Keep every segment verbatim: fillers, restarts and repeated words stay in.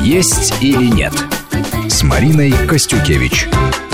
«Есть или нет» с Мариной Костюкевич.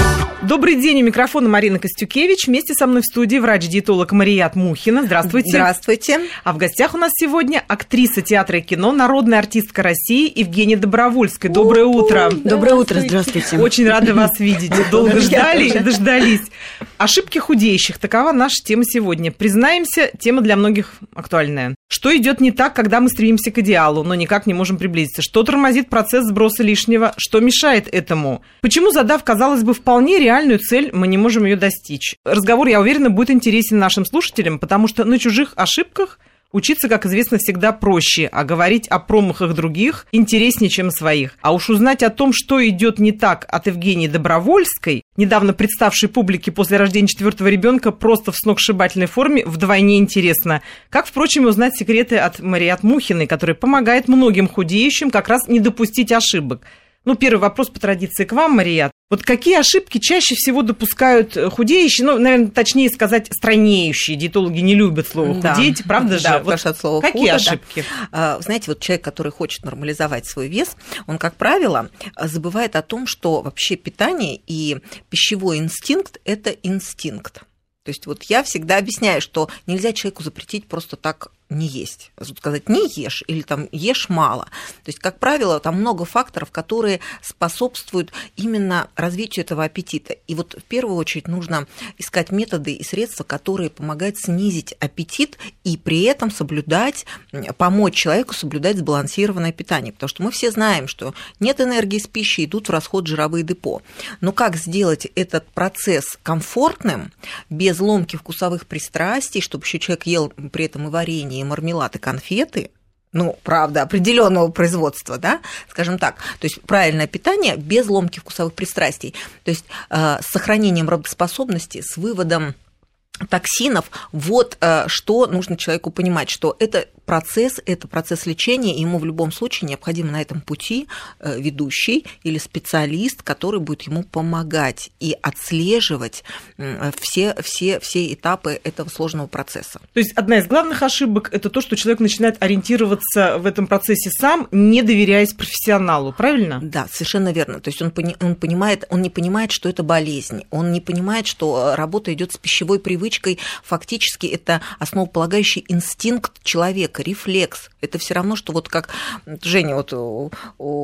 Добрый день, у микрофона Марина Костюкевич. Вместе со мной в студии врач-диетолог Мария Мухина. Здравствуйте. Здравствуйте. А в гостях у нас сегодня актриса театра и кино, народная артистка России Евгения Добровольская. Доброе утро. Доброе утро, здравствуйте. Очень рада вас видеть. Долго ждали и дождались. Ошибки худеющих. Такова наша тема сегодня. Признаемся, тема для многих актуальная. Что идет не так, когда мы стремимся к идеалу, но никак не можем приблизиться? Что тормозит процесс сброса лишнего? Что мешает этому? Почему, задав, казалось бы, вполне реальную цель, мы не можем ее достичь? Разговор, я уверена, будет интересен нашим слушателям, потому что на чужих ошибках учиться, как известно, всегда проще, а говорить о промахах других интереснее, чем своих. А уж узнать о том, что идет не так от Евгении Добровольской, недавно представшей публике после рождения четвертого ребенка просто в сногсшибательной форме, вдвойне интересно. Как, впрочем, узнать секреты от Марии Мухиной, которая помогает многим худеющим как раз не допустить ошибок. Ну, первый вопрос по традиции к вам, Мария. Вот какие ошибки чаще всего допускают худеющие, ну, наверное, точнее сказать, стройнеющие? Диетологи не любят слово да. худеть, правда же? Да, вот от слова какие худо, ошибки? Да. Знаете, вот человек, который хочет нормализовать свой вес, он, как правило, забывает о том, что вообще питание и пищевой инстинкт – это инстинкт. То есть вот я всегда объясняю, что нельзя человеку запретить просто так не есть. Сказать, не ешь или там ешь мало. То есть, как правило, там много факторов, которые способствуют именно развитию этого аппетита. И вот в первую очередь нужно искать методы и средства, которые помогают снизить аппетит и при этом соблюдать, помочь человеку соблюдать сбалансированное питание. Потому что мы все знаем, что нет энергии с пищей, идут в расход жировые депо. Но как сделать этот процесс комфортным, без ломки вкусовых пристрастий, чтобы еще человек ел при этом и варенье, и мармелад, и конфеты, ну, правда, определенного производства, да, скажем так, то есть правильное питание без ломки вкусовых пристрастий, то есть э, с сохранением работоспособности, с выводом токсинов, вот э, что нужно человеку понимать, что это процесс, это процесс лечения, и ему в любом случае необходим на этом пути э, ведущий или специалист, который будет ему помогать и отслеживать э, все, все, все этапы этого сложного процесса. То есть одна из главных ошибок – это то, что человек начинает ориентироваться в этом процессе сам, не доверяясь профессионалу, правильно? Да, совершенно верно. То есть он, пони, он, понимает, он не понимает, что это болезнь, он не понимает, что работа идет с пищевой привычкой. Фактически это основополагающий инстинкт человека, рефлекс. Это все равно, что вот как, Женя, вот у,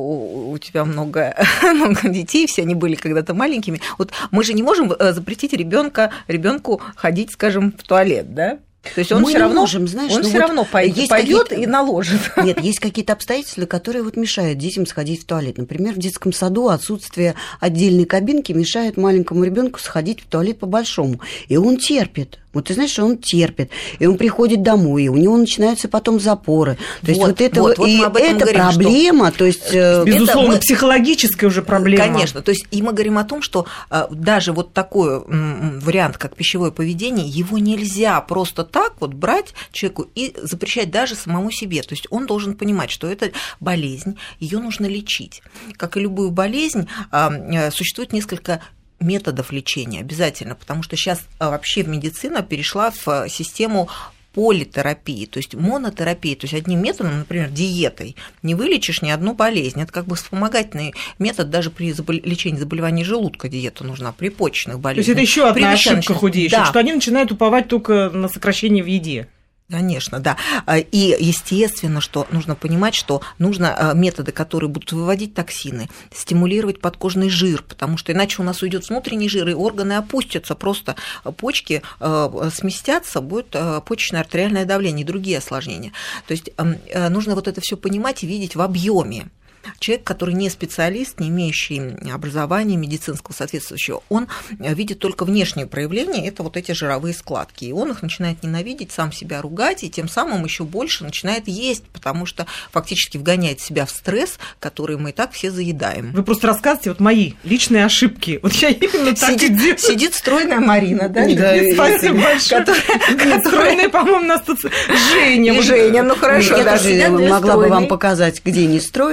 у, у тебя много, много детей, все они были когда-то маленькими. Вот мы же не можем запретить ребенка, ребенку ходить, скажем, в туалет, да? То есть он все равно, можем, знаешь, он ну все вот равно пойдет, пойдет и наложит. Нет, есть какие-то обстоятельства, которые вот мешают детям сходить в туалет. Например, в детском саду отсутствие отдельной кабинки мешает маленькому ребенку сходить в туалет по-большому. И он терпит. Вот ты знаешь, что он терпит, и он приходит домой, и у него начинаются потом запоры. То есть вот, вот это, вот, вот и это говорим, проблема, то есть... Безусловно, мы... психологическая уже проблема. Конечно, то есть и мы говорим о том, что даже вот такой вариант, как пищевое поведение, его нельзя просто так вот брать человеку и запрещать даже самому себе. То есть он должен понимать, что это болезнь, ее нужно лечить. Как и любую болезнь, существует несколько методов лечения обязательно, потому что сейчас вообще медицина перешла в систему политерапии, то есть монотерапии, то есть одним методом, например, диетой, не вылечишь ни одну болезнь. Это как бы вспомогательный метод даже при забол... лечении заболеваний желудка диета нужна, при почечных болезнях. То есть это еще одна ошибка начинать... худеющих, да. что они начинают уповать только на сокращение в еде. Конечно, да. И естественно, что нужно понимать, что нужно методы, которые будут выводить токсины, стимулировать подкожный жир, потому что иначе у нас уйдет внутренний жир, и органы опустятся, просто почки сместятся, будет почечное артериальное давление и другие осложнения. То есть нужно вот это все понимать и видеть в объеме. Человек, который не специалист, не имеющий образования медицинского соответствующего, он видит только внешние проявления, это вот эти жировые складки, и он их начинает ненавидеть, сам себя ругать, и тем самым еще больше начинает есть, потому что фактически вгоняет себя в стресс, который мы и так все заедаем. Вы просто рассказываете вот мои личные ошибки. Вот я именно так сидит, и делаю. Сидит стройная Марина, да? Да, спасибо большое. Стройная, по-моему, у нас тут Женя. Женя, ну хорошо. Я тоже могла бы вам показать, где не стройно.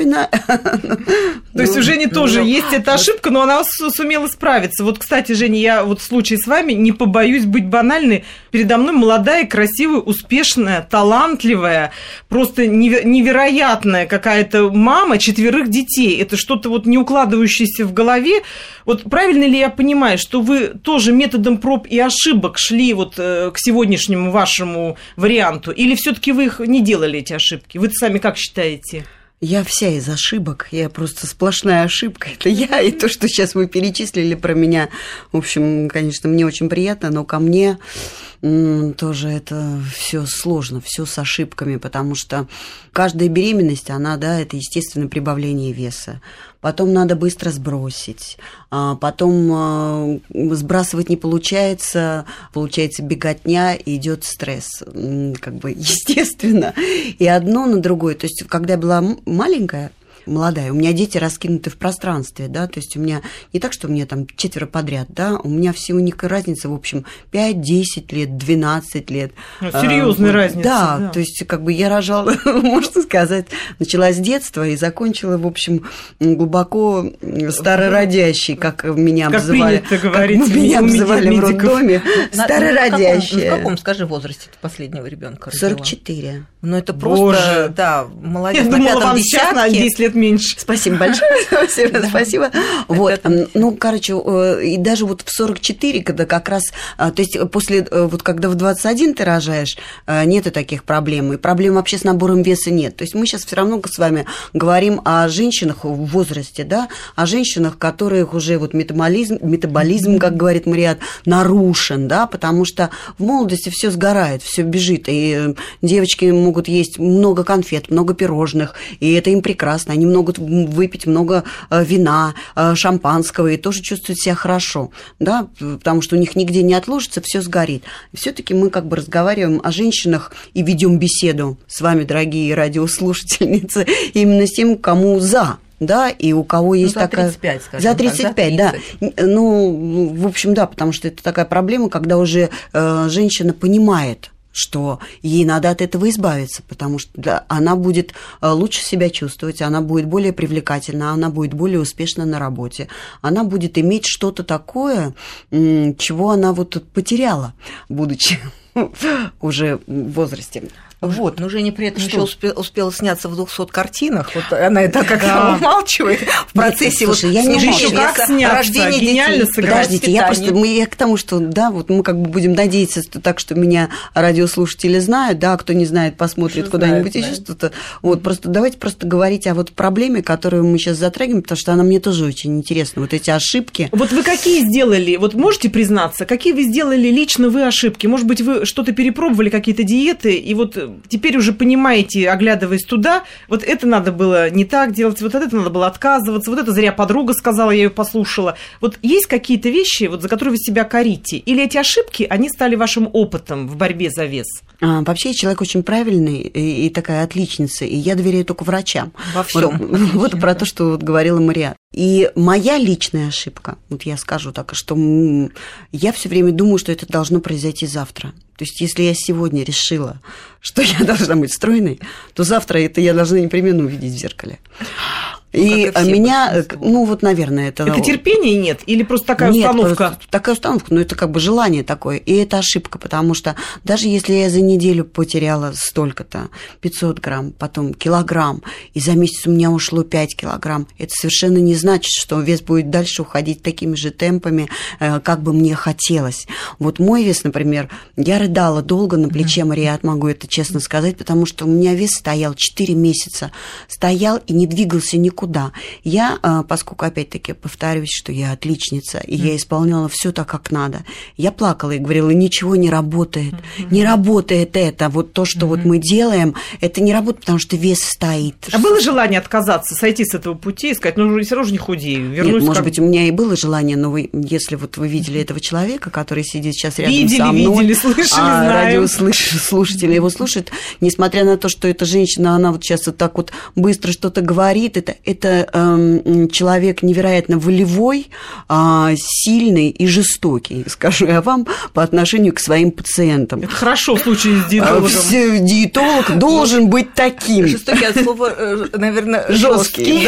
То есть у Жени тоже есть эта ошибка, но она сумела справиться. Вот, кстати, Женя, я вот в случае с вами не побоюсь быть банальной. Передо мной молодая, красивая, успешная, талантливая, просто невероятная какая-то мама четверых детей. Это что-то вот не укладывающееся в голове. Вот правильно ли я понимаю, что вы тоже методом проб и ошибок шли вот к сегодняшнему вашему варианту? Или все-таки вы их не делали, эти ошибки? Вы сами как считаете? Я вся из ошибок, я просто сплошная ошибка. Это я, и то, что сейчас вы перечислили про меня, в общем, конечно, мне очень приятно, но ко мне тоже это все сложно, все с ошибками, потому что каждая беременность, она, да, это естественное прибавление веса. Потом надо быстро сбросить, потом сбрасывать не получается, получается беготня, и идет стресс, как бы естественно, и одно на другое. То есть, когда я была маленькая, молодая, у меня дети раскинуты в пространстве, да, то есть у меня не так, что у меня там четверо подряд, да, у меня все у них разница, в общем, пять-десять лет, двенадцать лет. Серьезная а, разница. Да, да, то есть как бы я рожала, можно сказать, начала с детства и закончила, в общем, глубоко старородящей, как меня как обзывали. Как принято говорить. Как меня обзывали в роддоме. Старородящая. В каком, скажи, возрасте ты последнего ребенка родила? сорок четыре. Ну, это просто, да, молодец. Я думала, вам сейчас на десять лет меньше. Спасибо большое. Спасибо, спасибо. Вот, ну, короче, и даже вот в сорок четыре, когда как раз, то есть после, вот когда в двадцать один ты рожаешь, нету таких проблем, и проблем вообще с набором веса нет. То есть мы сейчас все равно с вами говорим о женщинах в возрасте, да, о женщинах, которых уже вот метаболизм, метаболизм, как говорит Мариат, нарушен, да, потому что в молодости все сгорает, все бежит, и девочки могут могут есть много конфет, много пирожных, и это им прекрасно. Они могут выпить много вина, шампанского, и тоже чувствуют себя хорошо, да, потому что у них нигде не отложится, все сгорит. Все-таки мы как бы разговариваем о женщинах и ведем беседу с вами, дорогие радиослушательницы, именно с тем, кому за. Да, и у кого есть ну, за такая... тридцать пять, скажем за тридцать пять, так, за да. Ну, в общем, да, потому что это такая проблема, когда уже э, женщина понимает, что ей надо от этого избавиться, потому что да, она будет лучше себя чувствовать, она будет более привлекательна, она будет более успешна на работе, она будет иметь что-то такое, чего она вот потеряла, будучи уже в возрасте. Вот, но Женя при этом еще успела, успела сняться в двухсот картинах. Вот она это как да. умалчивает в процессе. Нет, слушай, вот, я не еще как сняться, гениально сыграть. Подождите, я просто мы, я к тому, что да, вот мы как бы будем надеяться, что так, что меня радиослушатели знают, да, кто не знает, посмотрит что куда-нибудь знает, еще да. что-то. Вот, просто давайте просто говорить о вот проблеме, которую мы сейчас затрагиваем, потому что она мне тоже очень интересна. Вот эти ошибки. Вот вы какие сделали, вот можете признаться, какие вы сделали лично вы ошибки? Может быть, вы что-то перепробовали, какие-то диеты, и вот теперь уже понимаете, оглядываясь туда, вот это надо было не так делать, вот от этого надо было отказываться, вот это зря подруга сказала, я ее послушала. Вот есть какие-то вещи, вот, за которые вы себя корите? Или эти ошибки, они стали вашим опытом в борьбе за вес? А, вообще, я человек очень правильный и, и такая отличница, и я доверяю только врачам. Во всем. Вот, вот про то, что вот говорила Мариат. И моя личная ошибка, вот я скажу так, что я все время думаю, что это должно произойти завтра. То есть, если я сегодня решила, что я должна быть стройной, то завтра это я должна непременно увидеть в зеркале. И, и меня, ну вот, наверное, это... Это терпения нет? Или просто такая нет, установка? Просто такая установка, но это как бы желание такое. И это ошибка, потому что даже если я за неделю потеряла столько-то, пятьсот грамм, потом килограмм, и за месяц у меня ушло пять килограмм, это совершенно не значит, что вес будет дальше уходить такими же темпами, как бы мне хотелось. Вот мой вес, например, я рыдала долго на плече Мариат, могу это честно сказать, потому что у меня вес стоял четыре месяца, стоял и не двигался никуда. Куда. Я, поскольку, опять-таки, повторюсь, что я отличница, и mm. я исполняла все так, как надо, я плакала и говорила, ничего не работает, mm-hmm. не работает это, вот то, что mm-hmm. вот мы делаем, это не работает, потому что вес стоит. А было желание отказаться, сойти с этого пути и сказать, ну, все равно же не худею, вернусь? Нет, может как... быть, у меня и было желание, но вы, если вот вы видели этого человека, который сидит сейчас рядом видели, со мной, видели, слышали, а знаем. радиослушатели его слушают, несмотря на то, что эта женщина, она вот сейчас вот так вот быстро что-то говорит, это это э, человек невероятно волевой, э, сильный и жестокий, скажу я вам, по отношению к своим пациентам. Это хорошо в случае с диетологом. Все, диетолог должен быть таким. Жестокий от слова, наверное, жесткий.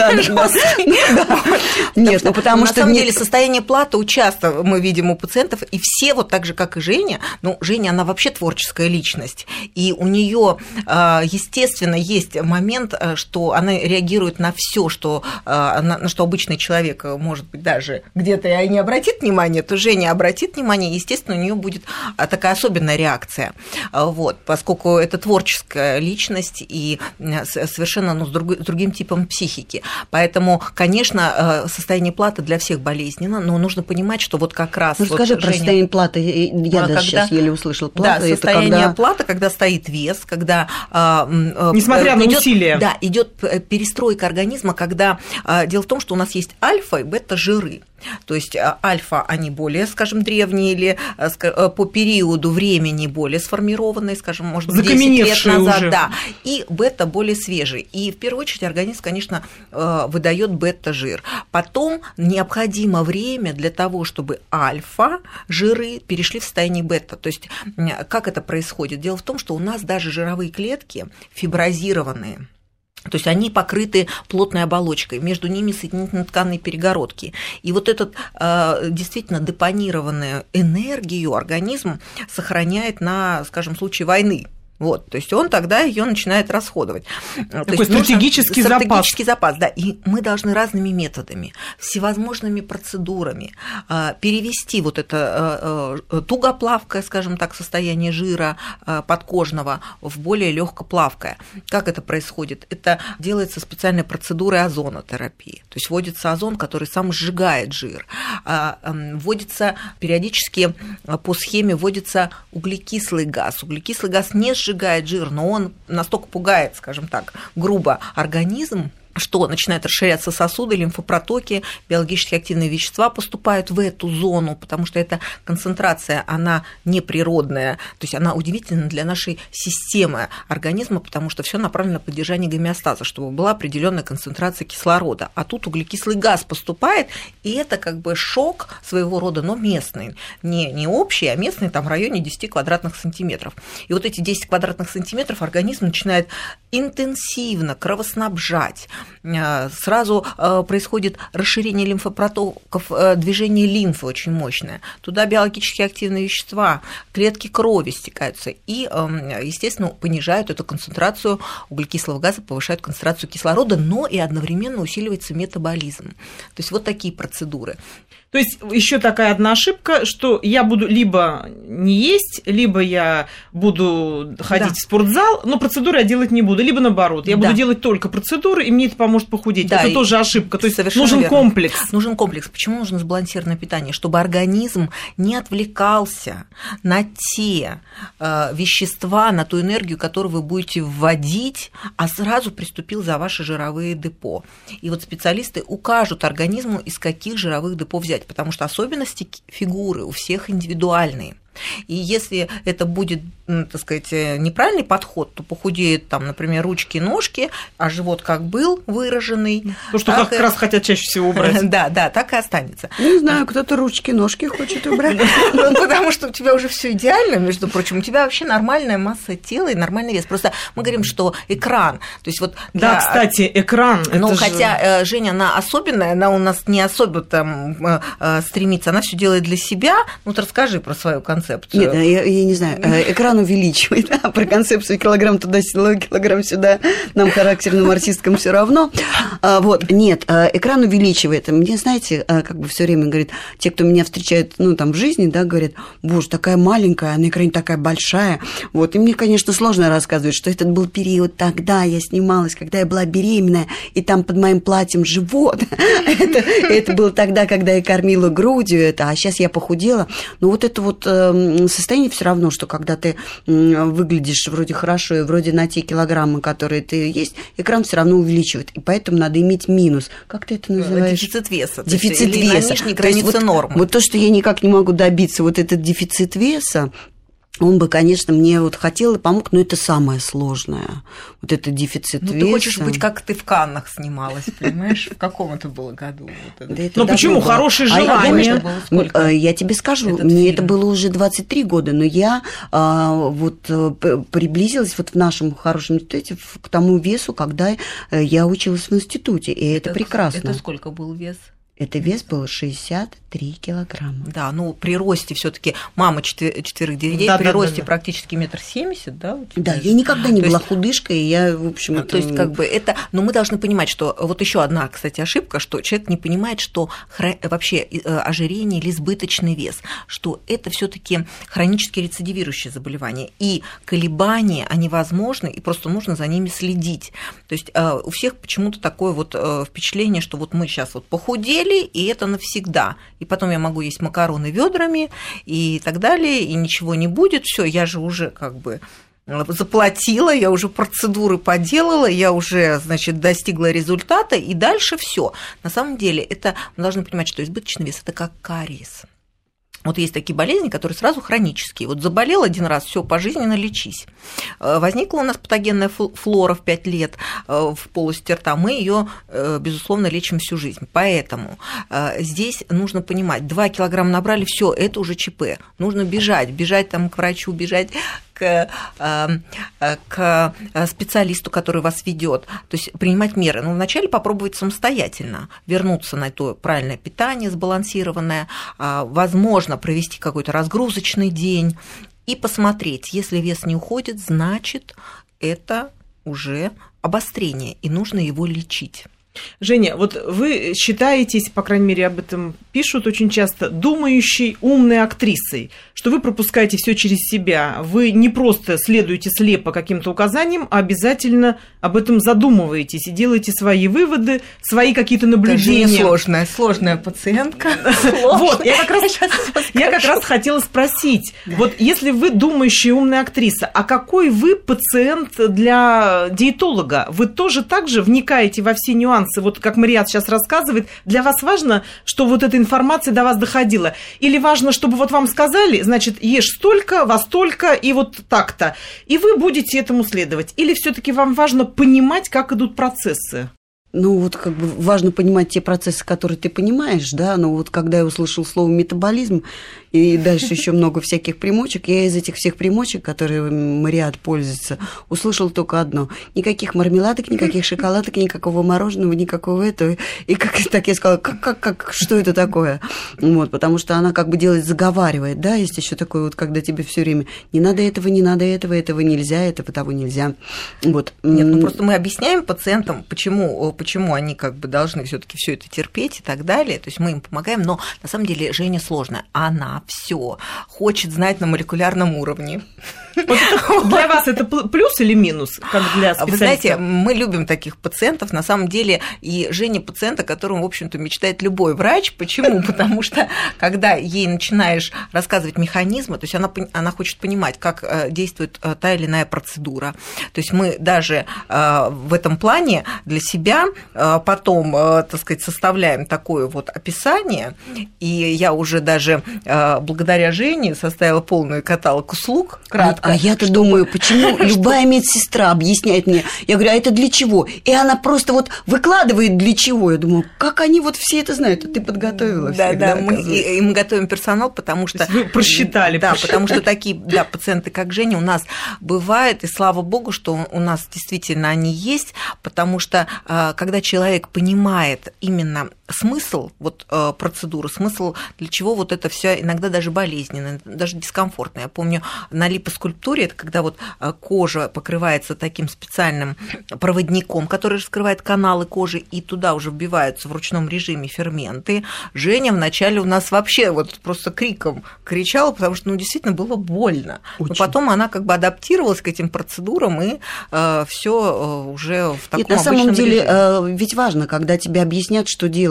Нет, ну потому что... На самом деле состояние платы часто мы видим у пациентов, и все, вот так же, как и Женя, ну, Женя, она вообще творческая личность, и у нее, естественно, есть момент, что она реагирует на все, что, на что обычный человек, может быть, даже где-то и не обратит внимания, то Женя обратит внимание, естественно, у нее будет такая особенная реакция, вот, поскольку это творческая личность и совершенно ну, с, друг, с другим типом психики. Поэтому, конечно, состояние платы для всех болезненно, но нужно понимать, что вот как раз... Ну, вот скажи про Женя... состояние платы, я когда... даже сейчас еле услышала. Плата, да, это состояние когда... платы, когда стоит вес, когда... Несмотря э, на идёт, усилия. Да, идет перестройка организма, когда... Э, дело в том, что у нас есть альфа и бета-жиры. То есть альфа, они более, скажем, древние или по периоду времени более сформированные, скажем, может быть, десять лет назад, уже. Да, и бета более свежий. И в первую очередь организм, конечно, выдает бета-жир. Потом необходимо время для того, чтобы альфа-жиры перешли в состояние бета. То есть как это происходит? Дело в том, что у нас даже жировые клетки фиброзированные. То есть они покрыты плотной оболочкой, между ними соединительно-тканные перегородки. И вот эту действительно депонированную энергию организм сохраняет на, скажем, случай войны. Вот, то есть он тогда ее начинает расходовать. Такой стратегический запас. Стратегический запас, да. И мы должны разными методами, всевозможными процедурами перевести вот это тугоплавкое, скажем так, состояние жира подкожного в более легкоплавкое. Как это происходит? Это делается специальной процедурой озонотерапии. То есть вводится озон, который сам сжигает жир. Вводится периодически по схеме вводится углекислый газ. Углекислый газ не сжигает жир, но он настолько пугает, скажем так, грубо организм, что начинают расширяться сосуды, лимфопротоки, биологически активные вещества поступают в эту зону, потому что эта концентрация, она неприродная, то есть она удивительна для нашей системы организма, потому что все направлено на поддержание гомеостаза, чтобы была определенная концентрация кислорода. А тут углекислый газ поступает, и это как бы шок своего рода, но местный, не, не общий, а местный, там в районе десять квадратных сантиметров. И вот эти десять квадратных сантиметров организм начинает интенсивно кровоснабжать. Сразу происходит расширение лимфопротоков, движение лимфы очень мощное. Туда биологически активные вещества, клетки крови стекаются и, естественно, понижают эту концентрацию углекислого газа, повышают концентрацию кислорода, но и одновременно усиливается метаболизм. То есть вот такие процедуры. То есть еще такая одна ошибка, что я буду либо не есть, либо я буду ходить да. в спортзал, но процедуры я делать не буду, либо наоборот, я да. буду делать только процедуры, и мне это поможет похудеть. Да, это тоже ошибка. То есть нужен верно. комплекс. Нужен комплекс. Почему нужно сбалансированное питание? Чтобы организм не отвлекался на те э, вещества, на ту энергию, которую вы будете вводить, а сразу приступил за ваши жировые депо. И вот специалисты укажут организму, из каких жировых депо взять, потому что особенности фигуры у всех индивидуальные. И если это будет, так сказать, неправильный подход, то похудеют там, например, ручки, ножки, а живот как был выраженный. То, что как и... раз хотят чаще всего убрать. Да, да, так и останется. Не знаю, кто-то ручки, ножки хочет убрать. Потому что у тебя уже все идеально, между прочим, у тебя вообще нормальная масса тела и нормальный вес. Просто мы говорим, что экран, то есть вот... Да, кстати, экран. Ну, хотя Женя, она особенная, она у нас не особо там стремится, она все делает для себя. Ну, вот расскажи про свою концепцию. Нет, я, я не знаю, экран увеличивает, а про концепцию килограмм туда, килограмм сюда, нам характерным артисткам все равно. Вот, нет, экран увеличивает. Мне, знаете, как бы все время говорит, те, кто меня встречают, ну, там, в жизни, да, говорят, боже, такая маленькая, а на экране такая большая. Вот, и мне, конечно, сложно рассказывать, что этот был период тогда, я снималась, когда я была беременная, и там под моим платьем живот. это, это было тогда, когда я кормила грудью, это, а сейчас я похудела. Но вот это вот состояние все равно, что когда ты выглядишь вроде хорошо и вроде на те килограммы, которые ты есть, экран все равно увеличивает. И поэтому надо иметь минус. Как ты это называешь? Дефицит веса. Дефицит или веса. На нижней границе вот, нормы. Вот то, что я никак не могу добиться, вот этот дефицит веса, он бы, конечно, мне вот хотел и помог, но это самое сложное. Вот это дефицит ну, веса. Ты хочешь быть, как ты в Каннах снималась, понимаешь? В каком это было году? Вот это. Ну почему? Было. Хорошее желание. А я, я тебе скажу, Этот мне фильм. Это было уже двадцать три года, но я а, вот приблизилась вот в нашем хорошем институте к тому весу, когда я училась в институте, и это, это прекрасно. Это сколько был вес? Это вес был шестьдесят три килограмма. Да, ну при росте все-таки мама четвер- четверых детей, да, при да, росте да, да. практически метр семьдесят, да? Да, я никогда не то была есть, худышкой, и я, в общем, это... То есть, как бы это... Но мы должны понимать, что... Вот еще одна, кстати, ошибка, что человек не понимает, что хра... вообще ожирение или избыточный вес, что это все таки хронически рецидивирующее заболевание, и колебания, они возможны, и просто нужно за ними следить. То есть у всех почему-то такое вот впечатление, что вот мы сейчас вот похудели, и это навсегда. И потом я могу есть макароны ведрами и так далее, и ничего не будет. Все, я же уже как бы заплатила, я уже процедуры поделала, я уже, значит, достигла результата, и дальше все. На самом деле, это мы должны понимать, что избыточный вес – это как кариес. Вот есть такие болезни, которые сразу хронические. Вот заболел один раз, все, пожизненно лечись. Возникла у нас патогенная флора в пять лет в полости рта, мы ее, безусловно, лечим всю жизнь. Поэтому здесь нужно понимать, два килограмма набрали, все, это уже ЧП. Нужно бежать, бежать там к врачу, бежать к, к специалисту, который вас ведет, то есть принимать меры. Но вначале попробовать самостоятельно вернуться на то правильное питание, сбалансированное, возможно, провести какой-то разгрузочный день и посмотреть, если вес не уходит, значит, это уже обострение, и нужно его лечить. Женя, вот вы считаетесь, по крайней мере, об этом пишут очень часто, думающей, умной актрисой, что вы пропускаете все через себя. Вы не просто следуете слепо каким-то указаниям, а обязательно об этом задумываетесь и делаете свои выводы, свои какие-то наблюдения. Это же сложная, сложная пациентка. Вот, я как раз, я как раз хотела спросить, вот если вы думающая, умная актриса, а какой вы пациент для диетолога? Вы тоже так же вникаете во все нюансы? Вот как Мариат сейчас рассказывает, для вас важно, что вот эта информация до вас доходила? Или важно, чтобы вот вам сказали, значит, ешь столько, во столько и вот так-то, и вы будете этому следовать? Или все-таки вам важно понимать, как идут процессы? Ну, вот как бы важно понимать те процессы, которые ты понимаешь, да, но вот когда я услышала слово метаболизм, и дальше еще много всяких примочек, я из этих всех примочек, которые Мариат пользуется, услышала только одно. Никаких мармеладок, никаких шоколадок, никакого мороженого, никакого этого. И как так я сказала, как, как, как, что это такое? Вот, потому что она как бы делает, заговаривает, да, есть еще такое вот, когда тебе все время не надо этого, не надо этого, этого нельзя, этого, того нельзя. Вот. Нет, ну просто мы объясняем пациентам, почему, почему они как бы должны все-таки все это терпеть и так далее. То есть мы им помогаем, но на самом деле Женя сложная. Она все хочет знать на молекулярном уровне. Вот для вас это плюс или минус, как для специалиста? Вы знаете, мы любим таких пациентов, на самом деле, и Женя пациент, о котором, в общем-то, мечтает любой врач. Почему? Потому что, когда ей начинаешь рассказывать механизмы, то есть она, она хочет понимать, как действует та или иная процедура. То есть мы даже в этом плане для себя потом, так сказать, составляем такое вот описание, и я уже даже благодаря Жене составила полный каталог услуг, кратко. А, а я-то чтобы... думаю, почему любая медсестра объясняет мне, я говорю, а это для чего? И она просто вот выкладывает для чего. Я думаю, как они вот все это знают? А ты подготовила да, всех, да, да, мы, и, и мы готовим персонал, потому что... Вы просчитали. Да, просчитали. Потому что такие да, пациенты, как Женя, у нас бывают, и слава богу, что у нас действительно они есть, потому что когда человек понимает именно смысл вот, процедуры, смысл, для чего вот это все иногда даже болезненно, даже дискомфортно. Я помню, на липоскульптуре, это когда вот кожа покрывается таким специальным проводником, который раскрывает каналы кожи, и туда уже вбиваются в ручном режиме ферменты. Женя вначале у нас вообще вот просто криком кричала, потому что ну, действительно было больно. Очень. Но потом она как бы адаптировалась к этим процедурам, и э, все уже в таком Нет, на самом деле, режиме. Ведь важно, когда тебе объяснят, что делать.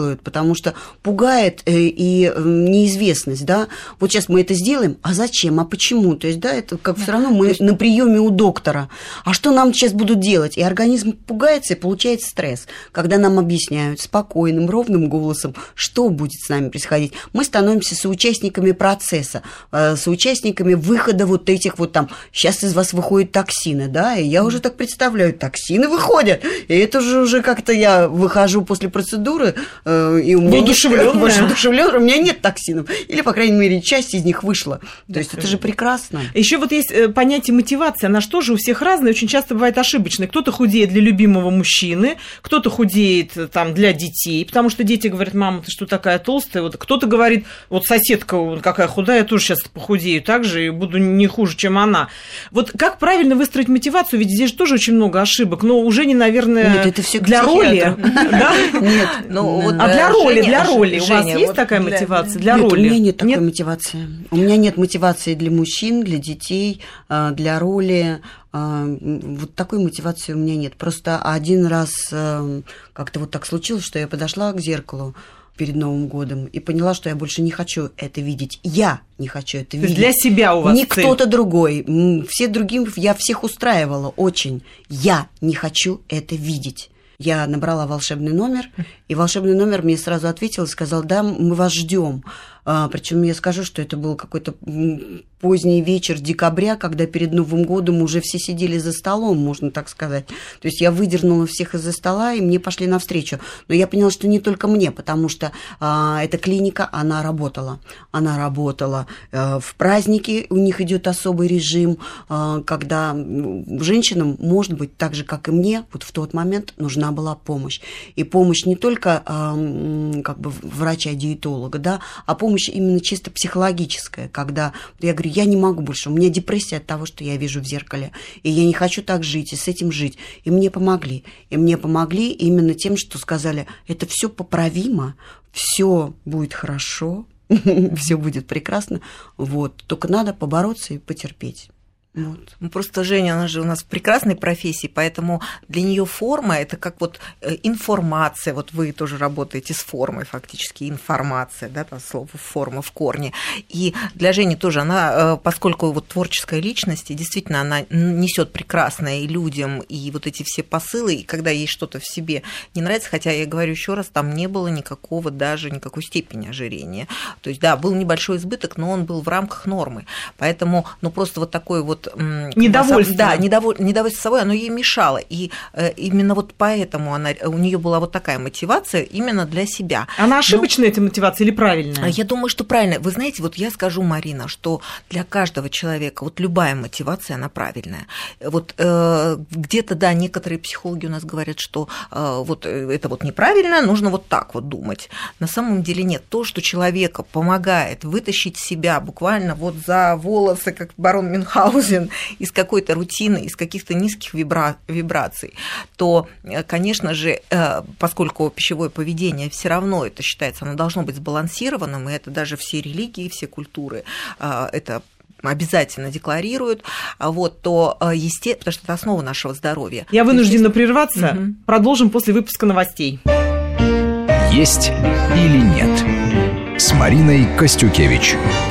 делают, потому что пугает и неизвестность, да. Вот сейчас мы это сделаем, а зачем, а почему? То есть, да, это как все равно мы на приеме у доктора. А что нам сейчас будут делать? И организм пугается, и получается стресс. Когда нам объясняют спокойным, ровным голосом, что будет с нами происходить, мы становимся соучастниками процесса, соучастниками выхода вот этих вот там, сейчас из вас выходят токсины, да, и я уже так представляю, токсины выходят, и это же уже как-то я выхожу после процедуры, и у меня воодушевлённая, у меня нет токсинов, или, по крайней мере, часть из них вышла. То есть это же прекрасно. Еще вот есть понятие мотивации, она что же у всех разная, очень часто бывает ошибочной. Кто-то худеет для любимого мужчины, кто-то худеет там для детей, потому что дети говорят: мама, ты что такая толстая? Вот кто-то говорит: вот соседка какая худая, я тоже сейчас похудею так же и буду не хуже, чем она. Вот как правильно выстроить мотивацию? Ведь здесь же тоже очень много ошибок, но уже не, наверное, нет, это все для роли. Нет, а для роли, для роли. У вас есть такая мотивация для роли? У меня нет такой мотивации. У меня нет мотивации для мужчин, для детей, для роли. Вот такой мотивации у меня нет. Просто один раз как-то вот так случилось, что я подошла к зеркалу перед Новым годом и поняла, что я больше не хочу это видеть. Я не хочу это видеть. Для себя у вас не цель. Кто-то другой. Все другим я всех устраивала очень. Я не хочу это видеть. Я набрала волшебный номер, и волшебный номер мне сразу ответил и сказал: да, мы вас ждем. А, причем я скажу, что это был какой-то поздний вечер декабря, когда перед Новым годом уже все сидели за столом, можно так сказать. То есть я выдернула всех из-за стола, и мне пошли навстречу. Но я поняла, что не только мне, потому что а, эта клиника, она работала. Она работала а, в праздники, у них идет особый режим, а, когда женщинам, может быть, так же, как и мне, вот в тот момент нужна была помощь. И помощь не только а, как бы врача-диетолога, да, а помощь именно чисто психологическая, когда я говорю: я не могу больше, у меня депрессия от того, что я вижу в зеркале, и я не хочу так жить, и с этим жить. И мне помогли. И мне помогли именно тем, что сказали: это все поправимо, все будет хорошо, все будет прекрасно, вот, только надо побороться и потерпеть. Вот. Ну, просто Женя, она же у нас в прекрасной профессии, поэтому для нее форма – это как вот информация. Вот вы тоже работаете с формой фактически, информация, да, там слово форма в корне. И для Жени тоже она, поскольку вот творческая личность, и действительно она несет прекрасное и людям, и вот эти все посылы, и когда ей что-то в себе не нравится, хотя я говорю еще раз, там не было никакого даже никакой степени ожирения. То есть, да, был небольшой избыток, но он был в рамках нормы. Поэтому, ну, просто вот такой вот недовольство. Да, недоволь, недовольство собой, оно ей мешало. И э, именно вот поэтому она, у нее была вот такая мотивация именно для себя. Она ошибочная, Но, эта мотивация, или правильная? Я думаю, что правильная. Вы знаете, вот я скажу, Марина, что для каждого человека вот любая мотивация, она правильная. Вот э, где-то, да, некоторые психологи у нас говорят, что э, вот это вот неправильно, нужно вот так вот думать. На самом деле нет. То, что человека помогает вытащить себя буквально вот за волосы, как барон Мюнхгаузен, из какой-то рутины, из каких-то низких вибра... вибраций, то, конечно же, поскольку пищевое поведение все равно, это считается, оно должно быть сбалансированным, и это даже все религии, все культуры это обязательно декларируют, вот, то, естественно, потому что это основа нашего здоровья. Я вынуждена прерваться. Угу. Продолжим после выпуска новостей. Есть или нет? С Мариной Костюкевич.